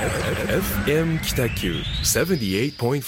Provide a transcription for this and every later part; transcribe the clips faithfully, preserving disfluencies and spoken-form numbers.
エフエム 北九 ななじゅうはちてんご。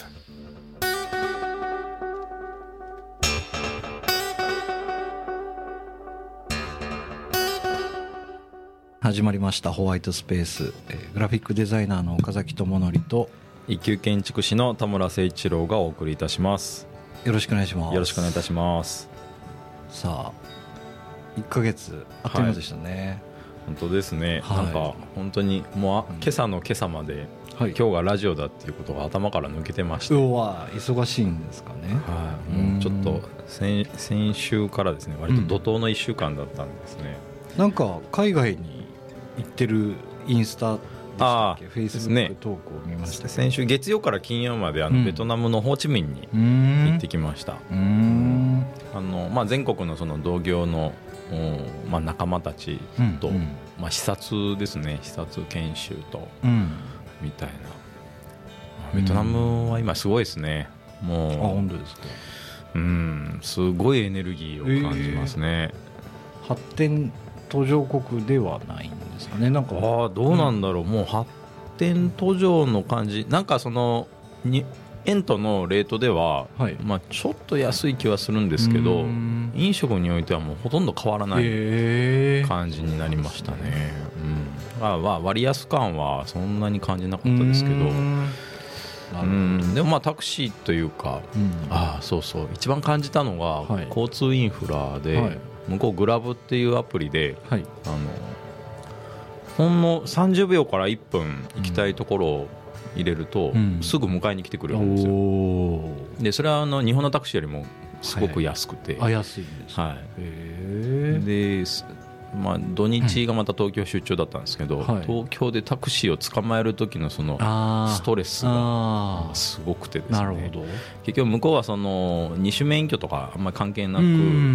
始まりましたホワイトスペース、えー、グラフィックデザイナーの岡崎智則と一級建築士の田村誠一郎がお送りいたします。 よろしくお願いします。 よろしくお願いいたします。 さあいっかげつあっという間でしたね、はい、 本当ですね、はい、なんか本当にもう今朝の今朝まで、はい、今日がラジオだっていうことが頭から抜けてました。 うわ忙しいんですかね。 はい、もうちょっと 先, 先週からですね割と怒涛のいっしゅうかんだったんですね、 うん、なんか海外に行ってるインスタでしたっけ、フェイスブック投稿を見ました、ね、 先週月曜から金曜まであの、うん、ベトナムのホーチミンに行ってきました。 うーんあの、まあ、全国のその同業の、まあ、仲間たちと、うんうんまあ、視察ですね視察研修と、うん、みたいな。ベトナムは今すごいですね。もうあ本当ですか。 うんすごいエネルギーを感じますね、 えー、発展途上国ではないんですかね。なんかあどうなんだろう、うん、もう発展途上の感じなんかそのに円とのレートでは、はいまあ、ちょっと安い気はするんですけど飲食においてはもうほとんど変わらない感じになりましたね、うんまあ、割安感はそんなに感じなかったですけどうんでもまあタクシーというか、うん、あそうそう一番感じたのが、はい、交通インフラで、はい向こうグラブっていうアプリで、はい、あのほんのさんじゅうびょうからいっぷん行きたいところを入れると、うん、すぐ迎えに来てくれるんですよ。でそれはあの日本のタクシーよりもすごく安くて、 はい、あ安いんですか、 はい、へでまあ、土日がまた東京出張だったんですけど、うんはい、東京でタクシーを捕まえる時のそのストレスがすごくてですね。なるほど。結局向こうはその二種免許とかあんまり関係なく、うん、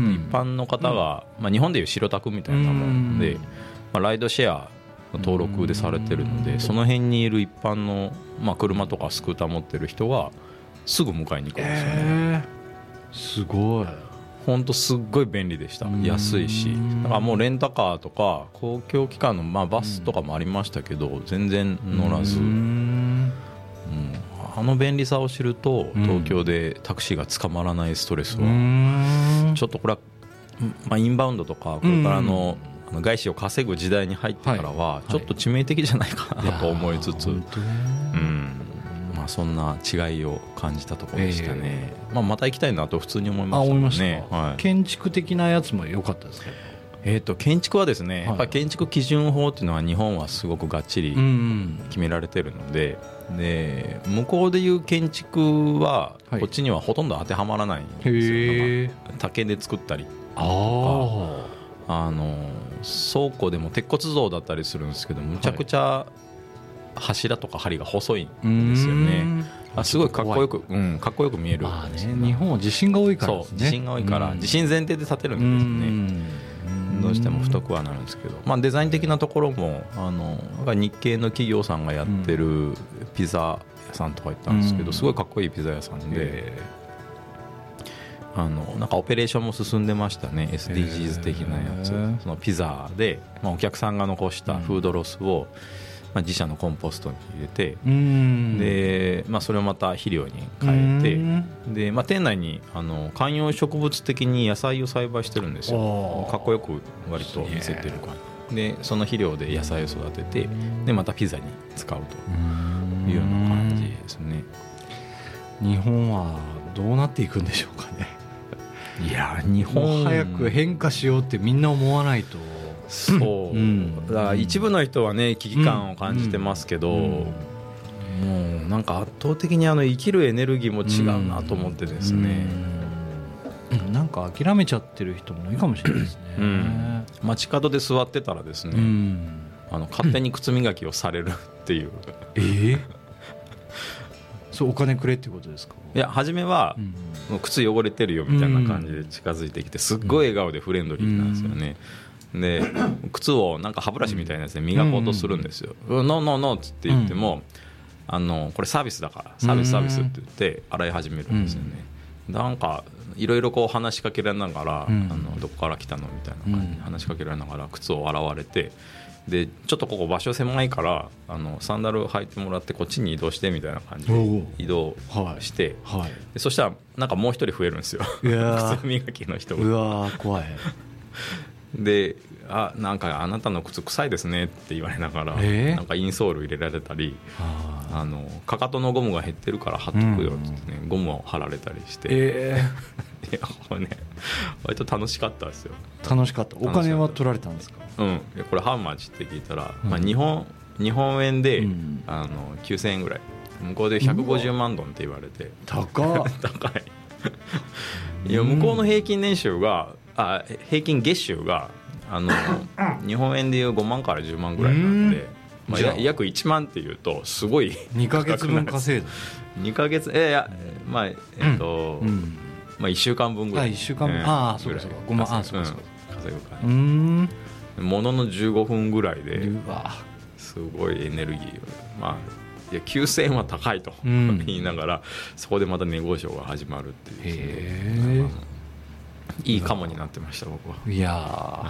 一般の方が、うんまあ、日本でいう白タクみたいなもんで、うんまあ、ライドシェアの登録でされてるので、うん、その辺にいる一般の、まあ、車とかスクーター持ってる人がすぐ迎えに行くんですよね、えー、すごい本当すっごい便利でした。安いしだからもうレンタカーとか公共機関のまあバスとかもありましたけど全然乗らず、うん、あの便利さを知ると東京でタクシーが捕まらないストレスはちょっとこれはまあインバウンドとかこれからの外資を稼ぐ時代に入ってからはちょっと致命的じゃないかなと思いつつ、うんそんな違いを感じたところでしたね、えーまあ、また行きたいなと普通に思いましたね。あ思いました、 はい、建築的なやつも良かったですか。 えー、と建築はですね、はい、やっぱ建築基準法っていうのは日本はすごくがっちり決められてるので、うんうん、で向こうでいう建築はこっちにはほとんど当てはまらないんですよ、はい、竹で作ったりとかああの倉庫でも鉄骨造だったりするんですけどむちゃくちゃ、はい柱とか針が細いんですよね。あすごいかっこよく、うん、かっこよく見える、 まあね、日本は地震が多いからですね。 そう地震が多いから地震前提で建てるんですね。どうしても太くはなるんですけど、まあ、デザイン的なところもあの日系の企業さんがやってるピザ屋さんとか行ったんですけどすごいかっこいいピザ屋さんであのなんかオペレーションも進んでましたね。 エスディージーズ 的なやつそのピザで、まあ、お客さんが残したフードロスをまあ、自社のコンポストに入れてで、まあ、それをまた肥料に変えてで、まあ、店内にあの観葉植物的に野菜を栽培してるんですよ。かっこよく割と見せてる感じでその肥料で野菜を育ててでまたピザに使うというような感じですね。 日本はどうなっていくんでしょうかね。 いや日本早く変化しようってみんな思わないと。 そう、うん、だから一部の人はね危機感を感じてますけど、うんうん、もうなんか圧倒的にあの生きるエネルギーも違うなと思ってですね、 うんうん、なんか諦めちゃってる人もいいかもしれないですね、うん、 街角で座ってたらですね、うん、あの勝手に靴磨きをされるっていうえー、そうお金くれってことですか。 いや初めは、うん、もう靴汚れてるよみたいな感じで近づいてきてすっごい笑顔でフレンドリーなんですよね、うんで靴をなんか歯ブラシみたいなやつで磨こうとするんですよ、うん、ノーノーノーって言っても、うん、あのこれサービスだからサービスサービスって言って洗い始めるんですよね、うん、なんかいろいろこう話しかけられながら、うん、あのどこから来たのみたいな感じで話しかけられながら靴を洗われてでちょっとここ場所狭いからあのサンダル履いてもらってこっちに移動してみたいな感じで移動して、はいはい、でそしたらなんかもう一人増えるんですよ靴磨きの人が。 うわー怖いであなんかあなたの靴臭いですねって言われながら、えー、なんかインソール入れられたりあのかかとのゴムが減ってるから貼っとくよって、ねうん、ゴムを貼られたりして、えー、いやこれね割と楽しかったですよ。 楽しかった。お金は取られたんですか？ うん、これハウマッチって聞いたら、うんまあ、日本日本円で、うん、あのきゅうせんえんぐらい向こうでひゃくごじゅうまんドンって言われて高っ高いいや向こうの平均年収があ平均月収があの日本円でいうごまんからじゅうまんぐらいなんで、まあ、約いちまんっていうとすごいにかげつぶん稼いだにかげつえいやまあえっと、うんうんまあ、いっしゅうかんぶんぐらいあいっしゅうかんぶん、えー、ああそうかそうかごまんあそうかそうか稼ぐから、うんもののじゅうごふんぐらいですごいエネルギーを、まあ、いやきゅうせんえんは高いと言いながら、うん、そこでまたネゴショが始まるっていう、ね、いいカモになってました僕は。 いや、はい、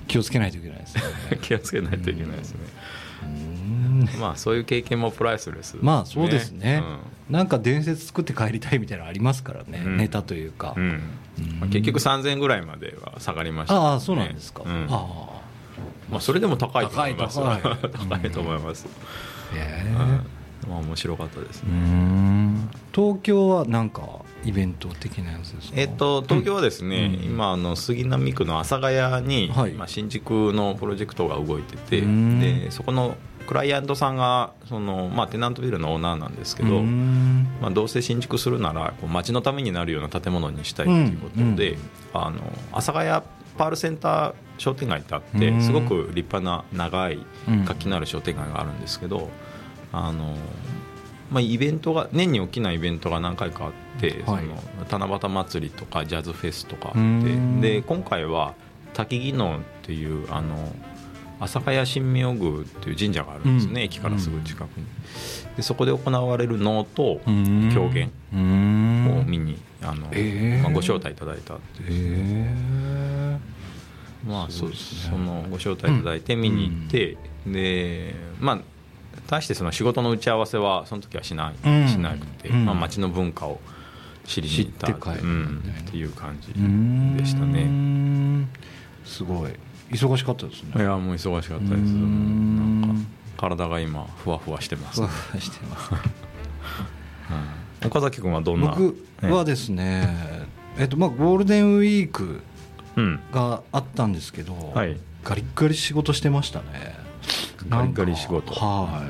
気をつけないといけないですね気をつけないといけないですね。うんまあそういう経験もプライスレス、ね、 まあそうですね、うん、なんか伝説作って帰りたいみたいなのありますからね、うん、ネタというか、うんまあ、結局さんぜんえんぐらいまでは下がりました、ね、 ああそうなんですか、うんあまあ、それでも高いと思います高い高い高いと思います、 うんえーまあ、面白かったですね。 うん東京はなんかイベント的なやつですか？ えー、と東京はですね、うん、今あの杉並区の阿佐ヶ谷に、はいまあ、新築のプロジェクトが動いててでそこのクライアントさんがその、まあ、テナントビルのオーナーなんですけど、まあ、どうせ新築するならこう街のためになるような建物にしたいということで、うん、あの阿佐ヶ谷パールセンター商店街ってあってすごく立派な長い活気のある商店街があるんですけどあのまあ、イベントが年に大きなイベントが何回かあって、はい、その七夕祭りとかジャズフェスとかあってで今回は滝技能っていうあの阿佐ヶ谷神明宮っていう神社があるんですね、うん、駅からすぐ近くにでそこで行われる能と狂言を見にあの、えーまあ、ご招待いただいたっていう、えーまあそうですね、そのご招待いただいて見に行って、うん、でまあ対してその仕事の打ち合わせはその時はしない、うん、しなくて、うんまあ、街の文化を知りに行ったって、うん、っていう感じでしたね。 すごい忙しかったですね。 いやもう忙しかったです。なんか体が今ふわふわしてます、 ね、ふわふわしてます、 うん、岡崎君はどんな？ 僕はですね、えっとまあ、ゴールデンウィークがあったんですけど、うんはい、ガリッガリ仕事してましたね。 ガリガリ仕事、 はい、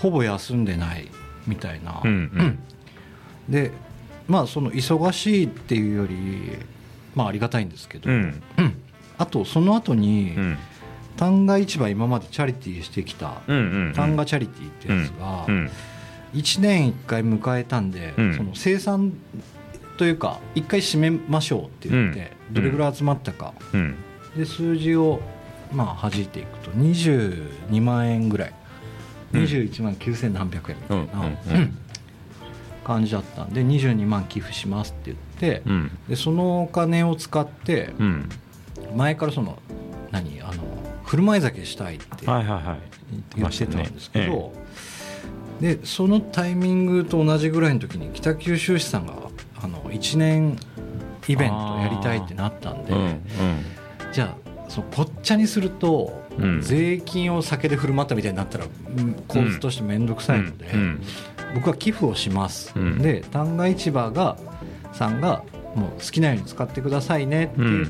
ほぼ休んでないみたいな、うんうん、でまあその忙しいっていうよりまあありがたいんですけど、うんうん、あとその後に、うん、旦過市場今までチャリティーしてきた、うんうんうん、旦過チャリティーってやつが、うんうん、いちねんいっかい迎えたんで、うん、その生産というかいっかい締めましょうって言って、うん、どれぐらい集まったか、うん、で数字をまあ弾いていくとにじゅうにまんえんぐらい、うん、にじゅういちまんきゅうせんなんびゃくえんみたいな、うんうんうん、感じだったんでにじゅうにまん寄付しますって言って、うん、でそのお金を使って、うん、前からその何あの振る舞い酒したいって言ってたんですけど、はいはいはい、でそのタイミングと同じぐらいの時に北九州市さんがあのいちねんイベントやりたいってなったんで、うんうん、じゃあそうぽっちゃにすると、うん、税金を酒で振る舞ったみたいになったら構図として面倒くさいので、うんうん、僕は寄付をします、うん、で旦過市場がさんがもう好きなように使ってくださいねって言って、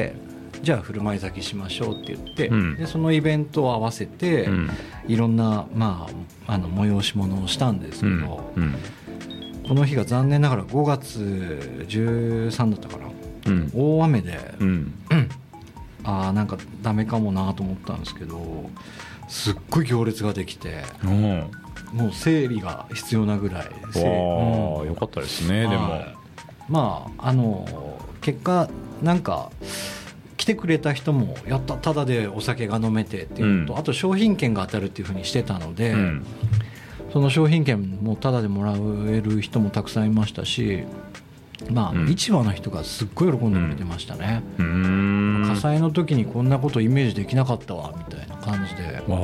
うん、じゃあ振る舞い酒しましょうって言って、うん、でそのイベントを合わせて、うん、いろんな、まあ、あの催し物をしたんですけど、うんうん、この日が残念ながらごがつじゅうさんだったかな、うん、大雨で、うんうんあなんかダメかもなと思ったんですけどすっごい行列ができて、うん、もう整理が必要なぐらいで、うん、よかったですね。でもまああの結果なんか来てくれた人もやったただでお酒が飲めてっていうのと、うん、あと商品券が当たるっていう風にしてたので、うん、その商品券もただでもらえる人もたくさんいましたしまあ、うん、市場の人がすっごい喜んでくれてましたね、うん、火災の時にこんなことイメージできなかったわみたいな感じで、 うん、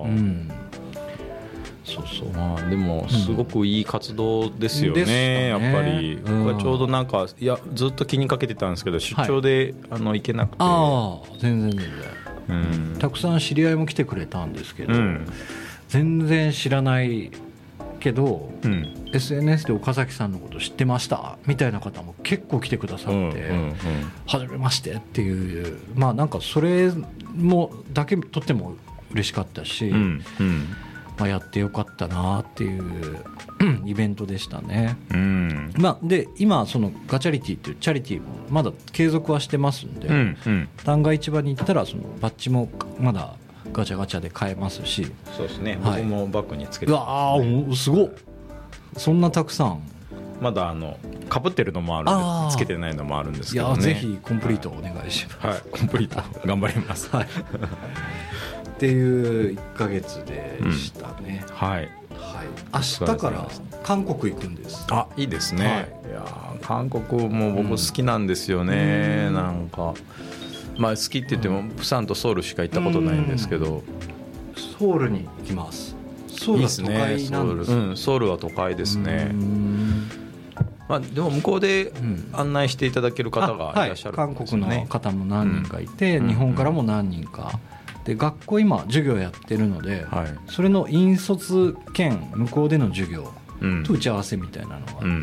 うんそうそう、 まあでもすごくいい活動ですよね、うん、ねやっぱり、うん、僕はちょうどなんかいやずっと気にかけてたんですけど出張で、はい、あの行けなくて、 ああ全然全然、 うん、 たくさん知り合いも来てくれたんですけど、うん、全然知らないけど、うん、エスエヌエス で岡崎さんのこと知ってましたみたいな方も結構来てくださって、うんうんうん、初めましてっていう、まあなんかそれもだけとっても嬉しかったし、うんうんまあ、やってよかったなっていうイベントでしたね、うんまあ、で今そのガチャリティっていうチャリティーもまだ継続はしてますんで、うんうん、旦過市場に行ったらそのバッジもまだガチャガチャで買えますし、 そうですね、はい、僕もバッグにつけてます、ね、 うわーすごっ、そんなたくさんまだあの被ってるのもあるんでつけてないのもあるんですけどね、 いやぜひコンプリートお願いします、 はいはい、コンプリート頑張ります、はいっていういっかげつでしたね、うん、はい、はい、明日から韓国行くんです。 あ、いいですね、はい、いや韓国も僕好きなんですよね、うん、なんかまあ好きって言ってもプサンとソウルしか行ったことないんですけど、 ソウルに行きます。ソウルは都会なんですね。ソウル、うん、 ソウルは都会ですね。まあ、でも向こうで案内していただける方がいらっしゃるんですよね、 はい、韓国の方も何人かいて、うん、日本からも何人かで学校今授業やってるので、はい、それの引率兼向こうでの授業と打ち合わせみたいなのがあって、うんうん、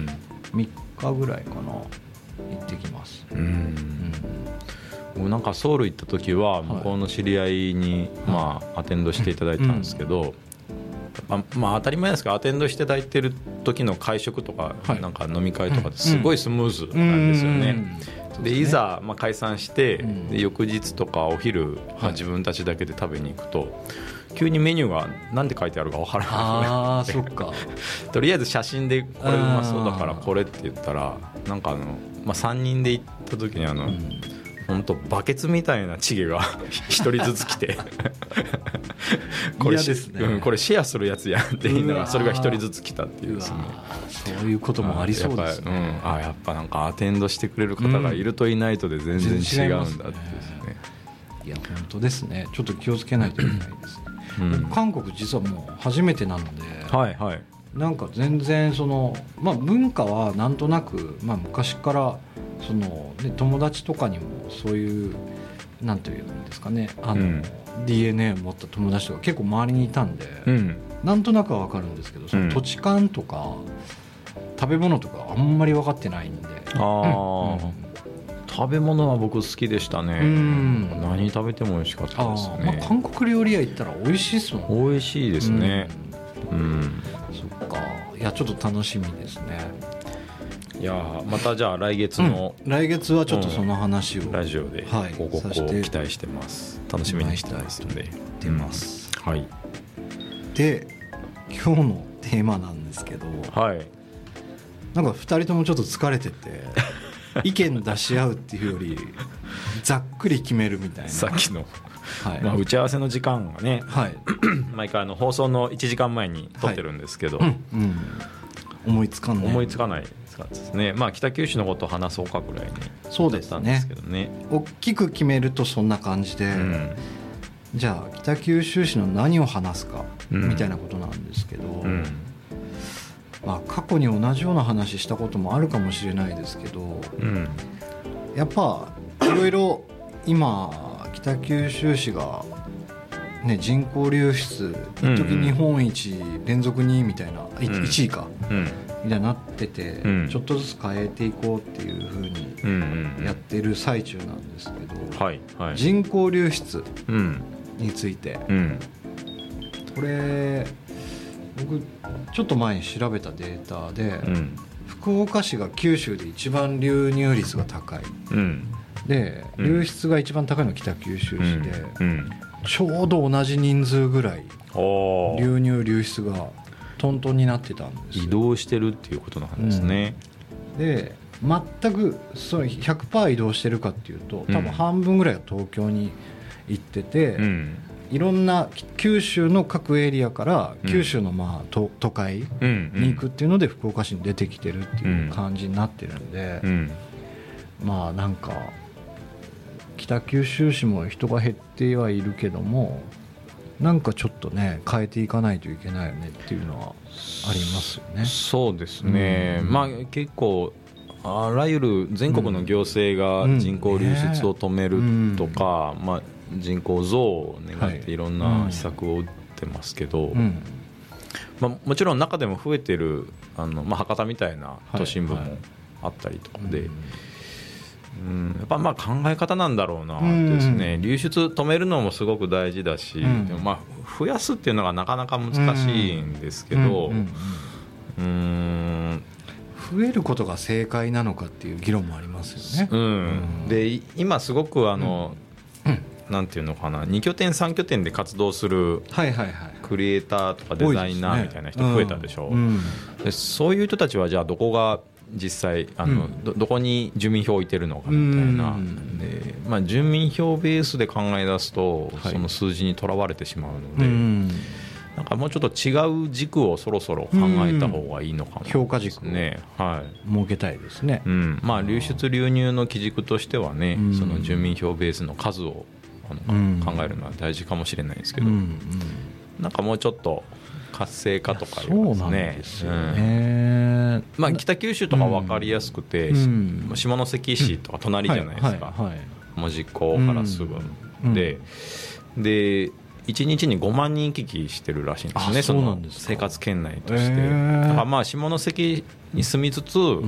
みっかぐらいかな行ってきます、うんうん僕なんかソウル行った時は向こうの知り合いに、まあ、アテンドしていただいたんですけど、まあまあ、当たり前ですけどアテンドしていただいてる時の会食とか、なんか飲み会とかですごいスムーズなんですよね。でいざまあ解散してで翌日とかお昼、まあ、自分たちだけで食べに行くと急にメニューが何て書いてあるか分からないあそっかとりあえず写真でこれうまそうだからこれって言ったらなんかあの、まあ、さんにんで行った時にあの、うん本当バケツみたいなチゲが一人ずつ来てこれ嫌ですね、 うん、これシェアするやつやんって言いながらそれが一人ずつ来たっていうですね、 そういうこともありそうですね。 やっぱ、うん、あやっぱなんかアテンドしてくれる方がいるといないとで全然違うんだってですね、 うん、いや本当ですね。ちょっと気をつけないといけないですね、うん、韓国実はもう初めてなので、 はいはい、 なんか全然その、まあ、文化はなんとなく、まあ、昔からその、ね、友達とかにもそういうなんていうんですかねあの、うん、ディーエヌエー を持った友達とか結構周りにいたんで、うん、なんとなくは分かるんですけどその土地勘とか、うん、食べ物とかあんまり分かってないんで、 あ、うんうん、食べ物は僕好きでしたね、うん、何食べても美味しかったですね。 まあ、韓国料理屋行ったら美味しいですもんね。美味しいですね、うんうん、 そっか。いやちょっと楽しみですね。 いやまたじゃあ来月の、 うん、来月はちょっとその話を、 うん、ラジオで報告を期待してます。楽しみにしてますので出ます、 うん、はいで今日のテーマなんですけど、はい、なんかふたりともちょっと疲れてて意見出し合うっていうよりざっくり決めるみたいなさっきの、はいまあ、打ち合わせの時間がね、はい、毎回あの放送のいちじかんまえに撮ってるんですけど、はいうんうん、 思いつかない思いつかないですね。まあ、北九州のことを話そうかぐらいにそうですね。大きく決めるとそんな感じで、うん、じゃあ北九州市の何を話すか、うん、みたいなことなんですけど、うんまあ、過去に同じような話したこともあるかもしれないですけど、うん、やっぱいろいろ今北九州市が、ね、人口流出一時日本一連続にいみたいな、うん、いちいか、うんみたいになってて、うん、ちょっとずつ変えていこうっていう風にやってる最中なんですけど、うんはいはい、人口流出について、うん、これ僕ちょっと前に調べたデータで、うん、福岡市が九州で一番流入率が高い、うん、で流出が一番高いのは北九州市で、うんうん、ちょうど同じ人数ぐらい流入流出がトントンになってたんですよ。 移動してるっていうことなんですね、 うん、で全くその ひゃくパーセント 移動してるかっていうと多分半分ぐらいは東京に行ってて、うん、いろんな九州の各エリアから九州のまあ 都, 都会に行くっていうので福岡市に出てきてるっていう感じになってるんで、うんうん、まあなんか北九州市も人が減ってはいるけども、なんかちょっとね変えていかないといけないよねっていうのはありますよね。 そうですね、うん、まあまあ、結構あらゆる全国の行政が人口流出を止めるとか、まあ、人口増を願っていろんな施策を打ってますけど、まあ、もちろん中でも増えてるあの、まあ、博多みたいな都心部もあったりとかで、うん、やっぱまあ考え方なんだろうなですね、流出止めるのもすごく大事だし、でもまあ増やすっていうのがなかなか難しいんですけど、うーん増えることが正解なのかっていう議論もありますよね。 うん、で今すごくあの、うん、なんていうのかな、に拠点さん拠点で活動するクリエイターとかデザイナーみたいな人増えたでしょ、うんうん、でそういう人たちはじゃあどこが実際あの、うん、ど, どこに住民票を置いてるのかみたいな、で、まあ、住民票ベースで考え出すと、はい、その数字にとらわれてしまうので、うんなんかもうちょっと違う軸をそろそろ考えた方がいいのかも、ね、 評価軸を設けたいですね、 はいうんまあ、流出流入の基軸としてはね、うん、その住民票ベースの数をあの、うん、考えるのは大事かもしれないですけど、うんうん、なんかもうちょっと活性化とかいうですね、そうなんですよね、うんまあ、北九州とか分かりやすくて、うん、下関市とか隣じゃないですか、はいはいはい、門司港からすぐ、うん、で、でいちにちにごまんにん行き来してるらしいんですね、その生活圏内として、だからまあ下関に住みつつ、うん、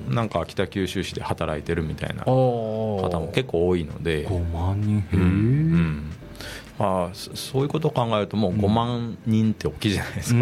なんか北九州市で働いてるみたいな方も結構多いので、 ごまんにん、へー、うんうんまあ、そういうことを考えるともうごまんにんって大きいじゃないですか、うん、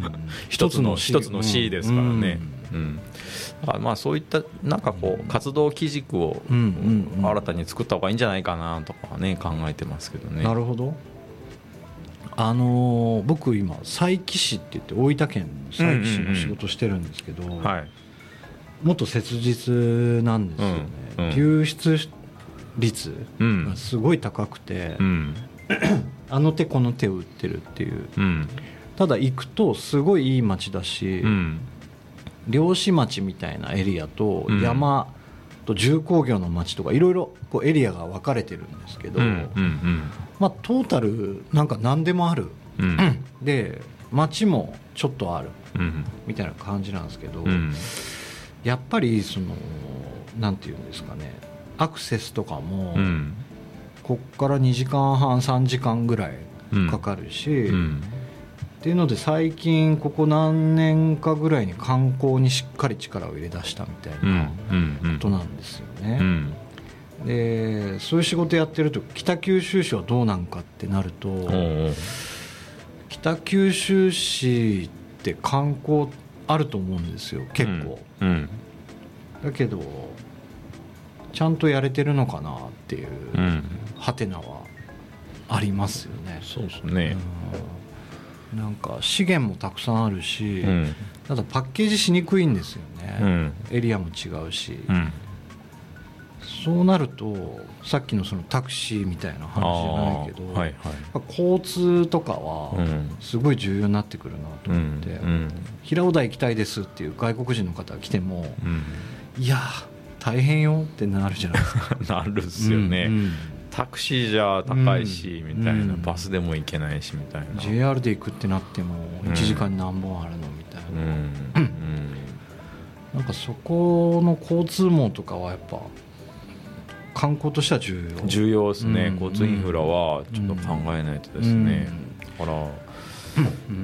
一つの一つの市ですからね、うんうん、だからまあそういったなんかこう活動基軸を新たに作った方がいいんじゃないかなとかね考えてますけどね。 なるほど。あのー、僕今佐伯市って言って大分県の佐伯市の仕事してるんですけど、うんうんうんはい、もっと切実なんですよね、うんうん、流出率がすごい高くて、うん、あの手この手を打ってるっていう、うん、ただ行くとすごいいい町だし、うん、漁師町みたいなエリアと山と重工業の町とかいろいろエリアが分かれてるんですけど、うんうんうんまあ、トータルなんか何でもある、うん、で街もちょっとある、うん、みたいな感じなんですけど、うん、やっぱりそのなんていうんですかねアクセスとかも、うん、こっからにじかんはんさんじかんぐらいかかるし、うんうん、っていうので最近ここ何年かぐらいに観光にしっかり力を入れ出したみたいなことなんですよね、うんうんうんでそういう仕事やってると北九州市はどうなんかってなるとおうおう北九州市って観光あると思うんですよ結構、うんうん、だけどちゃんとやれてるのかなっていう、うん、ハテナはありますよね。 そうですね、 うん、なんか資源もたくさんあるし、うん、ただパッケージしにくいんですよね、うん、エリアも違うし、うんそうなるとさっきのそのタクシーみたいな話じゃないけど、はいはい、交通とかはすごい重要になってくるなと思って、うんうん、平尾台行きたいですっていう外国人の方が来ても、うん、いや大変よってなるじゃないですかなるっすよね、うんうん、タクシーじゃ高いし、うん、みたいな、うん、バスでも行けないしみたいな ジェイアール で行くってなってもいちじかんに何本あるのみたいな、うんうん、なんかそこの交通網とかはやっぱ観光としては重要重要ですね、うん、交通インフラはちょっと考えないとですね、うん、だから、うん、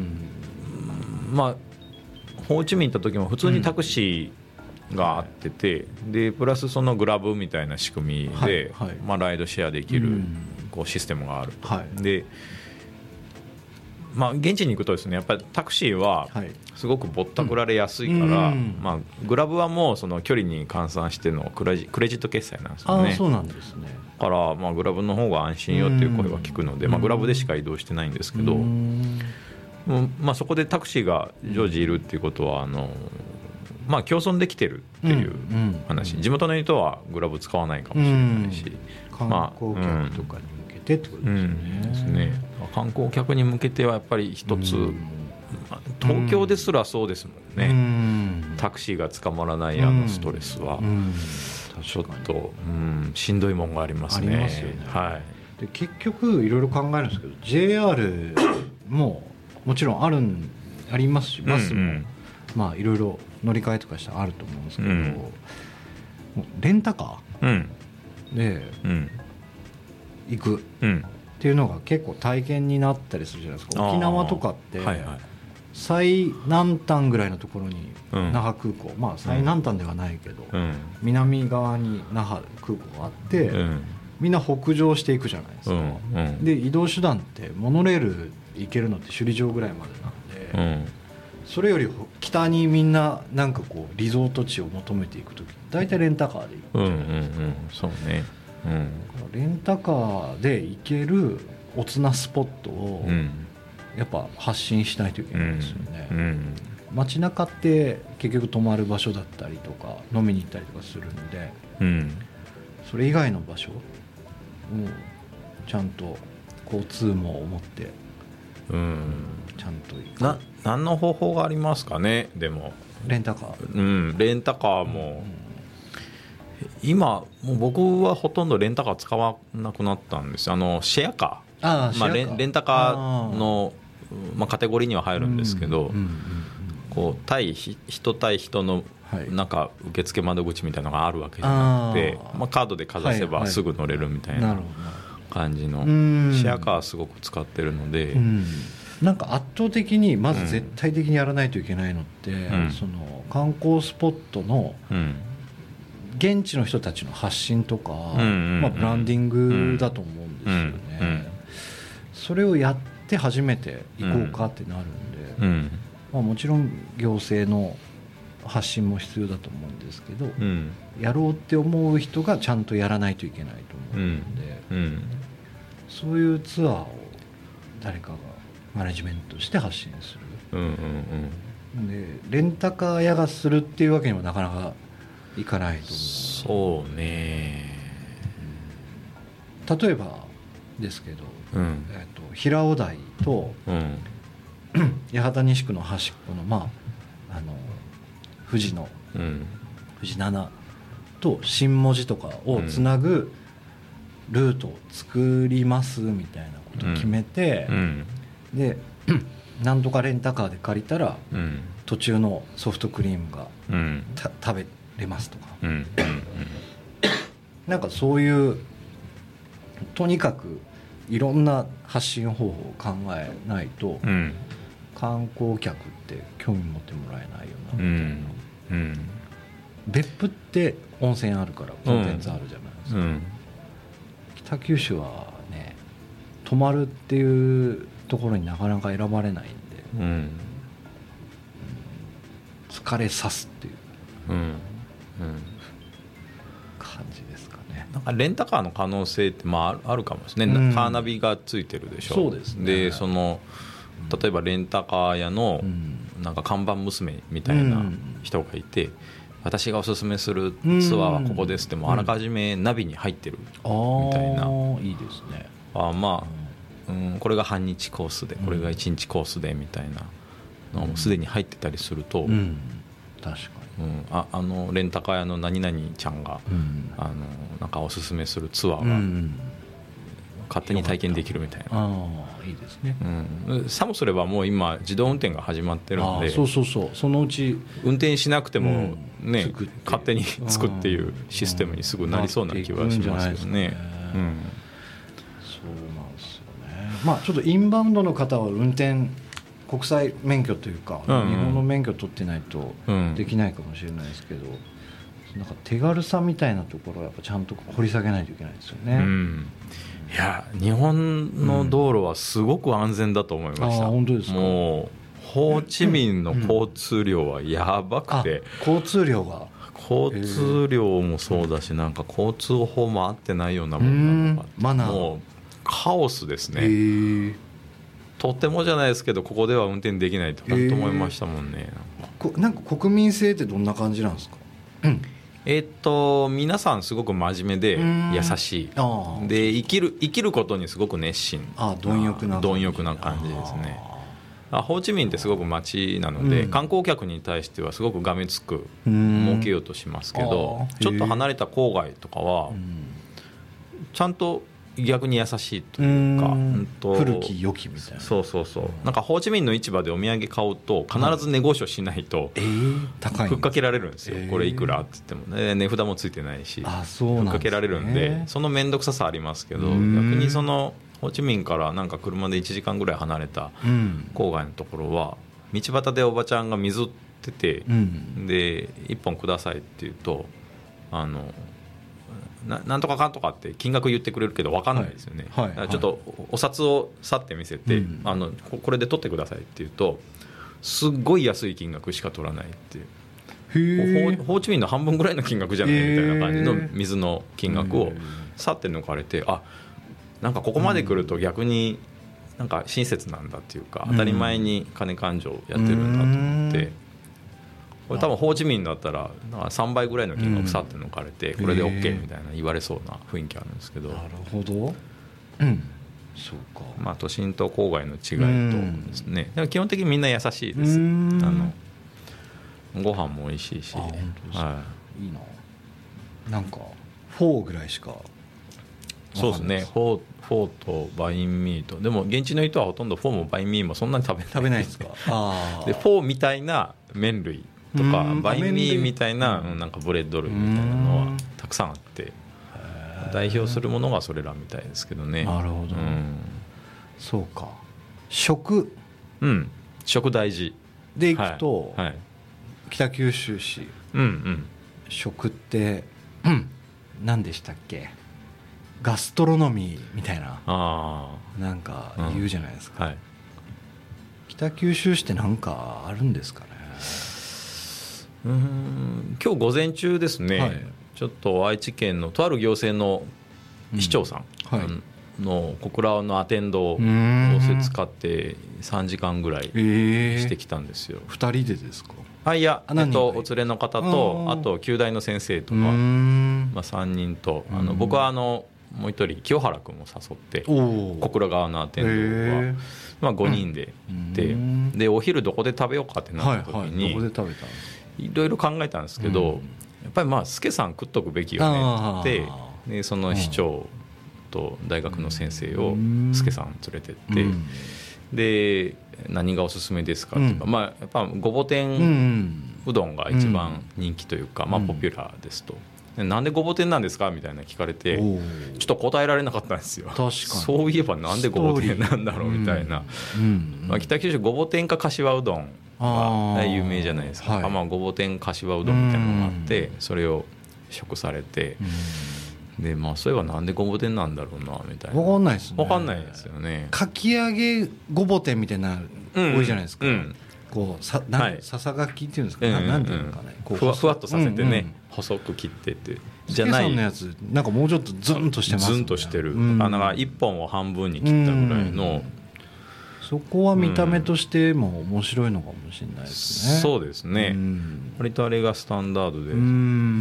まあホーチミン行った時も普通にタクシーがあってて、うん、でプラスそのグラブみたいな仕組みで、はいはいまあ、ライドシェアできる、うん、こうシステムがあると、はい、でまあ、現地に行くとですねやっぱりタクシーはすごくぼったくられやすいから、うんまあ、グラブはもうその距離に換算してのクレジ、クレジット決済なんですよね。 あそうなんですね。 だから、まあ、グラブの方が安心よっていう声は聞くので、うんまあ、グラブでしか移動してないんですけど、うんまあ、そこでタクシーが常時いるっていうことはあの、まあ、共存できてるっていう話、うんうん、地元の人はグラブ使わないかもしれないし、 うん、観光客とかに向けてってことですね、うんうんですね。 観光客に向けてはやっぱり一つ、うん、東京ですらそうですもんね、うん、タクシーが捕まらないあのストレスは、うんうん、 ちょっと、うん、しんどいもんがありますね。 ありますよね、 はい、 で結局いろいろ考えるんですけど ジェイアール ももちろんあるんありますしバスも、うんうん、まあいろいろ乗り換えとかしたらあると思うんですけど、うん、レンタカーで行くっていうのが結構体験になったりするじゃないですか。沖縄とかって最南端ぐらいのところに那覇空港、まあ最南端ではないけど、南側に那覇空港があって、みんな北上していくじゃないですか。で移動手段ってモノレール行けるのって首里城ぐらいまでなんで、それより北にみんななんかこうリゾート地を求めていくとき大体レンタカーで行くじゃないですか。 そうね、うん、 レンタカーで行けるおつなスポットをやっぱ発信しないといけないですよね、うんうん、街中って結局泊まる場所だったりとか飲みに行ったりとかするんで、うん、それ以外の場所をちゃんと交通網を持って、うん、ちゃんと行く。 な何の方法がありますかね。でもレンタカー、 うん、レンタカーも、うん、今もう僕はほとんどレンタカー使わなくなったんです。あのシェアカー、あまあ、レン、レンタカーのまあ、カテゴリーには入るんですけど、うんうんうん、こう対人対人のなんか受付窓口みたいなのがあるわけじゃなくて、あ、まあ、カードでかざせばすぐ乗れるみたいな感じのシェアカーすごく使ってるので、うん、 なんか圧倒的にまず絶対的にやらないといけないのって、うん、その観光スポットの現地の人たちの発信とか、うん、まあ、ブランディングだと思うんですよね、うんうんうん、それをやって初めて行こうかってなるんで、うん、まあ、もちろん行政の発信も必要だと思うんですけど、うん、やろうって思う人がちゃんとやらないといけないと思うので、うんうん、そういうツアーを誰かがマネジメントして発信する、うんうんうん、でレンタカー屋がするっていうわけにもなかなかいかないと思う。 そうね、 うん、例えばですけど、うん、えー、と平尾台と、うん、八幡西区の端っこの、まあ、あの富士の、うん、富士七と新門司とかをつなぐルートを作りますみたいなことを決めて、うん、でなんとかレンタカーで借りたら、うん、途中のソフトクリームが、うん、食べれますとか、うんうんうん、なんかそういうとにかくいろんな発信方法を考えないと、うん、観光客って興味持ってもらえないよなみたいな、うんうん、別府って温泉あるからコンテンツあるじゃないですか、うんうん、北九州はね泊まるっていうところになかなか選ばれないんで、うんうん、疲れさすっていう、うんうん、感じですかね。 なんかレンタカーの可能性って、まあ、あるかもですね、うん、カーナビがついてるでしょ。 そうですね。 でその例えばレンタカー屋のなんか看板娘みたいな人がいて、うん、私がおすすめするツアーはここですってもあらかじめナビに入ってるみたいな、 うん、いいですね。 あまあ、うん、これが半日コースでこれが一日コースでみたいなのもすでに入ってたりすると、うんうん、 確かに、 うん、あ, あのレンタカー屋の何々ちゃんが、うん、あのなんかおすすめするツアーが、うん勝手に体験できるみたいな。 あいいですね、 うん、さもすればもう今自動運転が始まってるんで、 そうそうそうそのうち運転しなくても、ねうん、勝手につくっていうシステムにすぐなりそうな気はしますけどね。 そうなんですよね。まあちょっとインバウンドの方は運転国際免許というか、うんうん、日本の免許取ってないとできないかもしれないですけど、うん、なんか手軽さみたいなところはやっぱちゃんと掘り下げないといけないですよね。うんいや日本の道路はすごく安全だと思いました、 うん、あ本当ですか。 もうホーチミンの交通量はやばくて、 うん、交通量が交通量もそうだしなんか交通法も合ってないようなもんなのかマナーもうカオスですね。とてもじゃないですけどここでは運転できないとかと思いましたもんね。 なんか国民性ってどんな感じなんですか。うんえー、っと皆さんすごく真面目で優しいで生きる生きることにすごく熱心あ貪欲な貪欲な感じですね。 あホーチミンってすごく街なので、うん、観光客に対してはすごくがめつく設けようとしますけど、ちょっと離れた郊外とかはちゃんと逆に優しいというか、うんと古き良きみたいな。 そうそうそう、なんかホーチミンの市場でお土産買うと必ず値交渉しないとふっかけられるんですよ、えー、これいくらって言っても、ね、値札もついてないし、 あ、そうなんですね、 ふっかけられるんで、その面倒くささありますけど、逆にそのホーチミンからなんか車でいちじかんぐらい離れた郊外のところは道端でおばちゃんが水売ってて、うん、でいっぽんくださいって言うとあの な, なんとかかんとかって金額言ってくれるけど分かんないですよね、はいはい、だからちょっとお札をさって見せて、うん、あのこれで取ってくださいって言うとすっごい安い金額しか取らないっていう、ホ, ホーチミンの半分ぐらいの金額じゃないみたいな感じの水の金額をさって抜かれて、あ、なんかここまで来ると逆になんか親切なんだっていうか、当たり前に金勘定やってるんだと思って、これ多分ホーチミンだったらなんかさんばいぐらいの金額さって抜かれてこれで OK みたいな言われそうな雰囲気あるんですけど、 なるほど、うん、そうか、 まあ都心と郊外の違いとですね、でも基本的にみんな優しいです。あのご飯も美味しいし、あ、本当ですか、はい、いいな。なんかフォーぐらいしか。 そうですね、フォー、フォーとバインミーと、でも現地の人はほとんどフォーもバインミーもそんなに食べない、 食べないですか。あでフォーみたいな麺類とかバインミーみたいななんかブレッド類みたいなのはたくさんあって、代表するものがそれらみたいですけどね。 なるほど、うん、そうか。食、 うん、食大事でいくと、はいはい、北九州市、うんうん、食って、うん、何でしたっけ、ガストロノミーみたいな、あ、なんか言うじゃないですか、うん、はい、北九州市って何かあるんですかね。 うーん、今日午前中ですね、はい、ちょっと愛知県のとある行政の市長さんの小倉のアテンドを使ってさんじかんぐらいしてきたんですよ。 えー、ふたりでですか。 あ、いや、えっと、お連れの方と、あと旧大の先生とか、まあ、さんにんと、あの僕はあのもう一人清原君を誘って小倉側のアテンドは、まあ、ごにんで行って、でお昼どこで食べようかってなった時にいろいろ考えたんですけど、やっぱりまあ助さん食っとくべきよねって言って、でその市長と大学の先生を助さん連れてって、で何がおすすめですかっていうか、まあ、やっぱごぼ天うどんが一番人気というか、まあ、ポピュラーですと。なんでごぼ天なんですかみたいな聞かれて、ちょっと答えられなかったんですよ。確かにそういえばなんでごぼ天なんだろうみたいな、うんうん、まあ、北九州ごぼ天かかしわうどんが有名じゃないですか、はい、まあ、ごぼ天かしわうどんみたいなのがあって、それを食されて、で、まあ、そういえばなんでごぼ天なんだろうなみたいな。 分かんないですね。 分かんないですよね。 かき揚げごぼ天みたいな多いじゃないですか、うんうん、こうさな、はい、ささがきっていうんですか、うんうんうん、なんていうのかね、こうふわふわっとさせてね、うんうん、細く切ってってじゃない。助さんのやつなんかもうちょっとズンとしてますね。 ズンとしてる、うん、あなんかいっぽんを半分に切ったぐらいの、うん、 そこは見た目としても面白いのかもしれないですね、うん、 そうですね、うん、割とあれがスタンダードで、うん、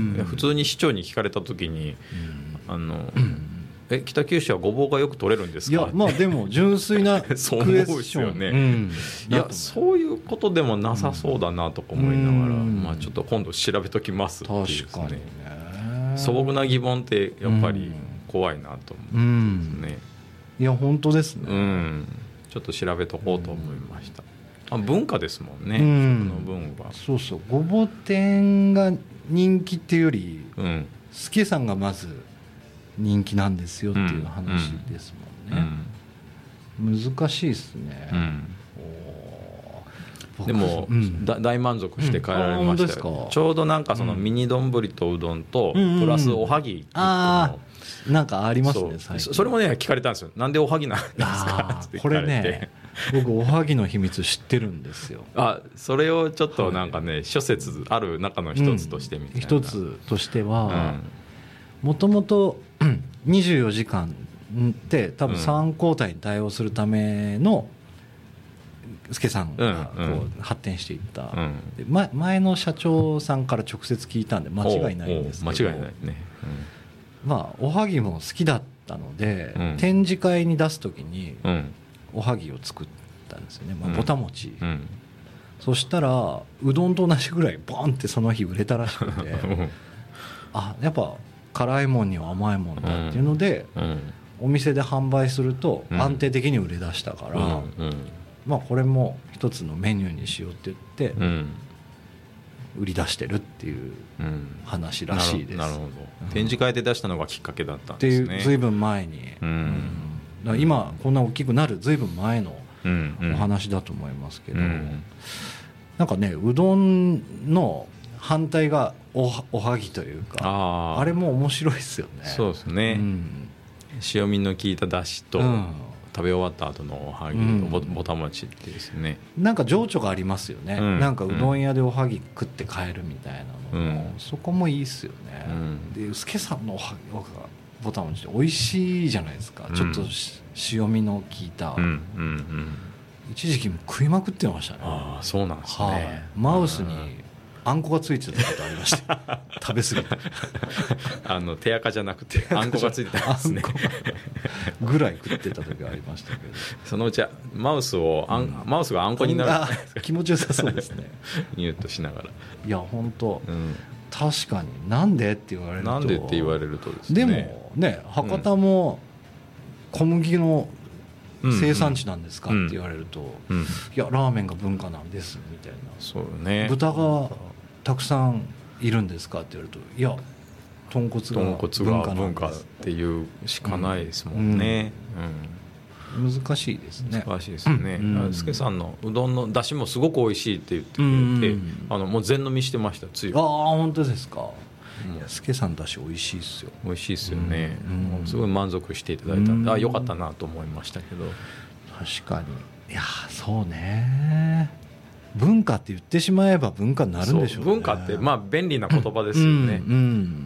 いや普通に市長に聞かれた時に、うん、あの、うん、え北九州はごぼうがよく取れるんですか。 いや、まあでも純粋なクエスチョンそう思うですよね、うん、 いやそういうことでもなさそうだなとか思いながら、うん、まあ、ちょっと今度調べときますっていうです、ね、確かにね、素朴な疑問ってやっぱり怖いなと思うんですね、 うん、いや本当ですね、 うん、ちょっと調べとこうと思いました、うん、あ文化ですもんね、うん、食の文化。 そうそう、ごぼ天が人気っていうより、うん、助さんがまず人気なんですよっていう話ですもんね、うんうん、難しいですね、 うん、でも、うん、だ大満足して帰られましたよ、うん、ちょうどなんかそのミニ丼とうどんとプラスおはぎ、 ああなんかありますね。 最近それもね聞かれたんですよ。なんでおはぎなんですかってこれね僕おはぎの秘密知ってるんですよ。 あそれをちょっとなんかね、はい、諸説ある中の一つとしてみたいな、 一つとしてはもともとにじゅうよじかんって多分さん交代に対応するための助さんがこう発展していった、うんうん、で前の社長さんから直接聞いたんで間違いないんですけど、 間違いないね、 うん、まあおはぎも好きだったので、うん、展示会に出す時におはぎを作っったんですよね、まあ、ぼた餅、 うん、 そしたらうどんと同じぐらいボンってその日売れたらしくてあやっぱ辛いもんには甘いもんだっていうので、うんうん、お店で販売すると安定的に売れ出したから、うんうん、まあこれも一つのメニューにしようって言って、うん売り出してるっていう話らしいです、うん、 なるほど、展示会で出したのがきっかけだったんですねっていうずいぶん前に、うんうん、だから今こんな大きくなるずいぶん前のお話だと思いますけど、うんうん、なんかねうどんの反対が お, おはぎというか あ, あれも面白いですよね。 そうですね、うん、塩味の効いただしと、うん食べ終わった後のおはぎ、うん、ぼ, ぼた餅ってですねなんか情緒がありますよね、うん、なんかうどん屋でおはぎ食って帰るみたいなのも、うん、そこもいいっすよね、うん、で助さんのおはぎぼた餅って美味しいじゃないですか、うん、ちょっと塩味の効いた、うんうんうん、一時期も食いまくってましたね。 ああそうなんですね、はい、マウスにあんこがついてたことありました食べ過ぎてあの手垢じゃなくてあんこがついてたんですねぐらい食ってた時ありましたけどそのうちマウスをあん、うん、マウスがあんこになる気持ちよさそうですねニューッとしながらいや本当、うん、確かになんでって言われるとなんでって言われるとですねでもね博多も小麦の生産地なんですかって言われると、うんうん、いやラーメンが文化なんですみたいなそうね豚がたくさんいるんですかって言われるといや豚骨が文化っていうしかないですもんね、 うんうん、難しいですね難しいですね、うん、助さんのうどんの出汁もすごく美味しいって言ってくれて、うんうん、あのもう全飲みしてましたついああ本当ですか。助さんだし美味しいですよ美味しいですよね、うんうん、すごい満足していただいたんで、うん、あ良かったなと思いましたけど確かにいやそうね文化って言ってしまえば文化になるんでしょうね。 文化ってまあ便利な言葉ですよね、うんうん、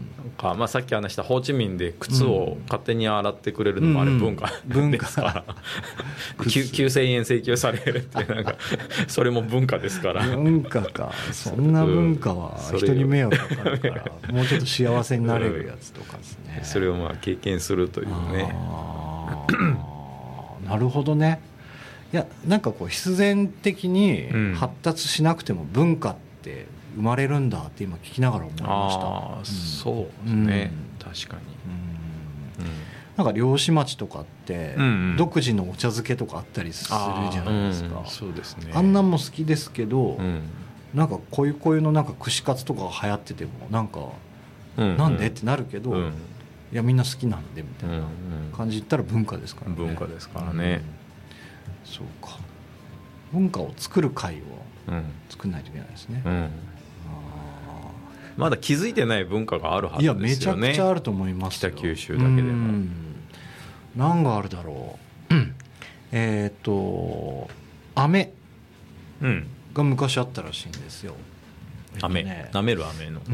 なんかまあさっき話したホーチミンで靴を勝手に洗ってくれるのもあれ文化ですから、うんうん、きゅうせんえん請求されるってなんかそれも文化ですから文化かそんな文化は人に迷惑かかるからもうちょっと幸せになれるやつとかですねそれをまあ経験するというねあなるほどね。いやなんかこう必然的に発達しなくても文化って生まれるんだって今聞きながら思いました。 あ、うん、そうですね、うん、確かに、 うんうん、なんか漁師町とかって独自のお茶漬けとかあったりするじゃないですか、 うん、そうですね、 あんなんも好きですけど、うん、なんかこういうこういうのなんか串カツとかが流行っててもなんか、うん、なんでってなるけど、うん、いやみんな好きなんでみたいな感じで言ったら文化ですからね。 文化ですからね、 うん、そうか文化を作る会を作らないといけないですね、うんうん、あまだ気づいてない文化があるはずですよね。 いやめちゃくちゃあると思いますよ。 北九州だけでも何があるだろう、うん、えっ、ー、と飴が昔あったらしいんですよ、 うん、飴、ね、舐める飴の、 うんうん、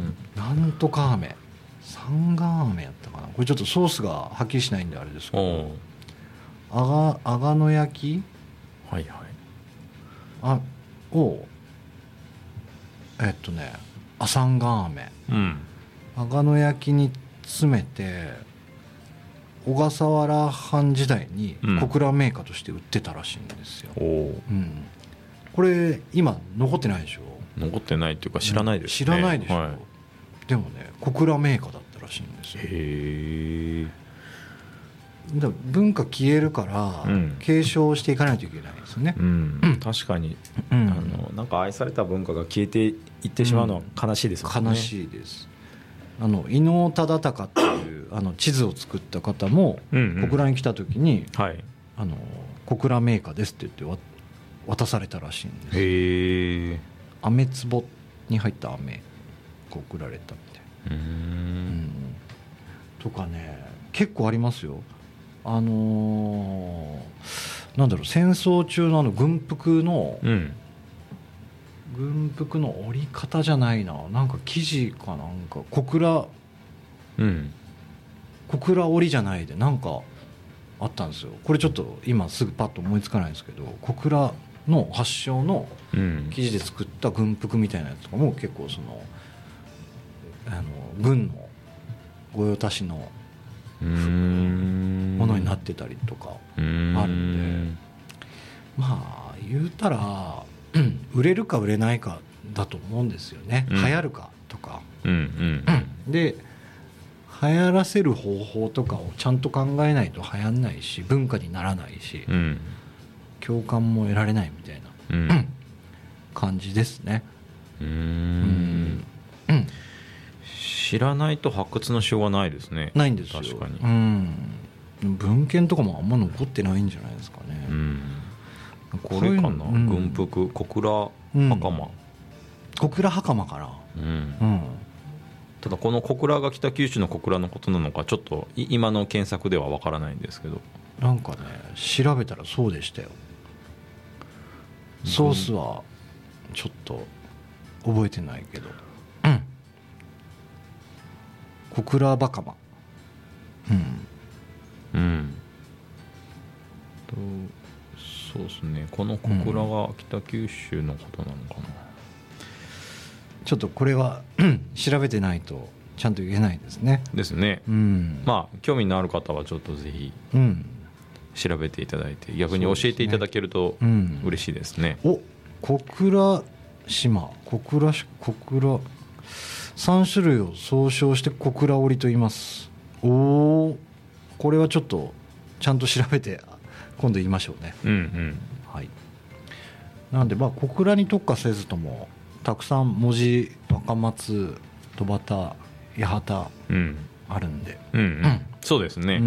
なんとか飴三眼飴やったかな。これちょっとソースがはっきりしないんであれですけどあが、あがの焼き、 はいはい、 あをえっとねあ三眼飴、うん、あがの焼きに詰めて小笠原藩時代に小倉銘菓として売ってたらしいんですよ、うんうん、これ今残ってないでしょ。 残ってないっていうか知らないですね、 知らないでしょ、はい、でもね小倉銘菓だったらしいんですよ。 へえ。 だ文化消えるから、うん、継承していかないといけないですね、 うんうん、確かに、うん、あのなんか愛された文化が消えていってしまうのは悲しいですもんね、うん、悲しいです。 あの伊能忠敬っていうあの地図を作った方も、うんうん、小倉に来た時に、はい、あの小倉銘菓ですって言って渡されたらしいんです。 へえ。 飴壺に入った飴が送られたみたいな、うん、うん、とかね結構ありますよ。あのー、なんだろう戦争中のあの軍服の、うん、軍服の折り方じゃないな、なんか生地かなんか小倉、うん、小倉織りじゃないでなんかあったんですよ。これちょっと今すぐパッと思いつかないんですけど小倉の発祥の生地で作った軍服みたいなやつとかも結構そのあの軍の御用達のものになってたりとかあるんで、 まあ言うたら、うん、売れるか売れないかだと思うんですよね、うん、流行るかとか、うんうんうん、で流行らせる方法とかをちゃんと考えないと流行んないし文化にならないし、うん、共感も得られないみたいな、うん、感じですね。うーん、 うん、知らないと発掘のしようがないですね。 ないんですよ。 確かに、 うん、文献とかもあんま残ってないんじゃないですかね、うん、 これかな、うん、軍服小倉袴、うん、 小倉袴かな、うんうん、 ただこの小倉が北九州の小倉のことなのかちょっと今の検索ではわからないんですけど、 なんかね調べたらそうでしたよ。ソースはちょっと覚えてないけど、うん、小倉袴、うん、うん、 とそうですね、この小倉が北九州のことなのかな、うん、 ちょっとこれは調べてないとちゃんと言えないですね。 ですね、うん、まあ興味のある方はちょっとぜひ調べていただいて、逆に教えていただけると嬉しいですね。 うん、お小倉島小倉小倉さん種類を総称して小倉織と言います。おお、これはちょっとちゃんと調べて今度言いましょうね。うんうん、はい。なんでまあ小倉に特化せずともたくさん門司、若松、戸畑、八幡あるんで、 うんうんうん、そうですね。うん、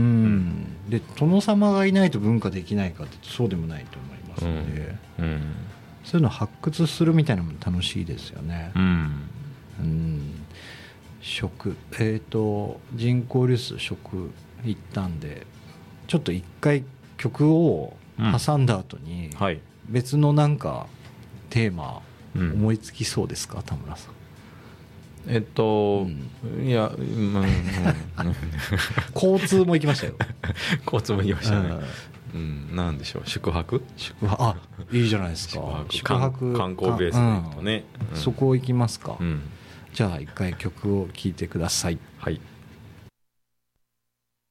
で殿様がいないと文化できないかってそうでもないと思いますので、うんうん、そういうのを発掘するみたいなのも楽しいですよね。うんうん、食えっと人口流数食行ったんでちょっと一回曲を挟んだ後に別のなんかテーマ思いつきそうですか、田村さん。 えっと、うん、いや、うんうん、 交通も行きましたよ。 交通も行きましたね。うん、なんでしょう、宿泊宿泊、あ、いいじゃないですか。 宿泊観光ベースで行くとね、 うん、そこ行きますか、うん、じゃあ一回曲を聴いてください。 はい。